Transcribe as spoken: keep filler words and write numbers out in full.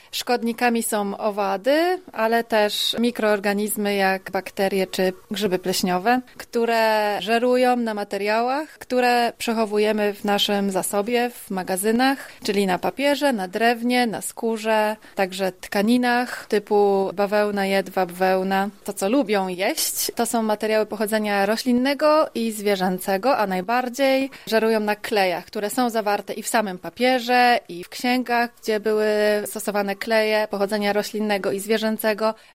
Szkodnikami są owady, ale też mikroorganizmy jak bakterie czy grzyby pleśniowe, które żerują na materiałach, które przechowujemy w naszym zasobie, w magazynach, czyli na papierze, na drewnie, na skórze, także tkaninach typu bawełna, jedwab, wełna. To, co lubią jeść, to są materiały pochodzenia roślinnego i zwierzęcego, a najbardziej żerują na klejach, które są zawarte i w samym papierze, i w księgach, gdzie były stosowane kleje pochodzenia roślinnego i zwierzęcego.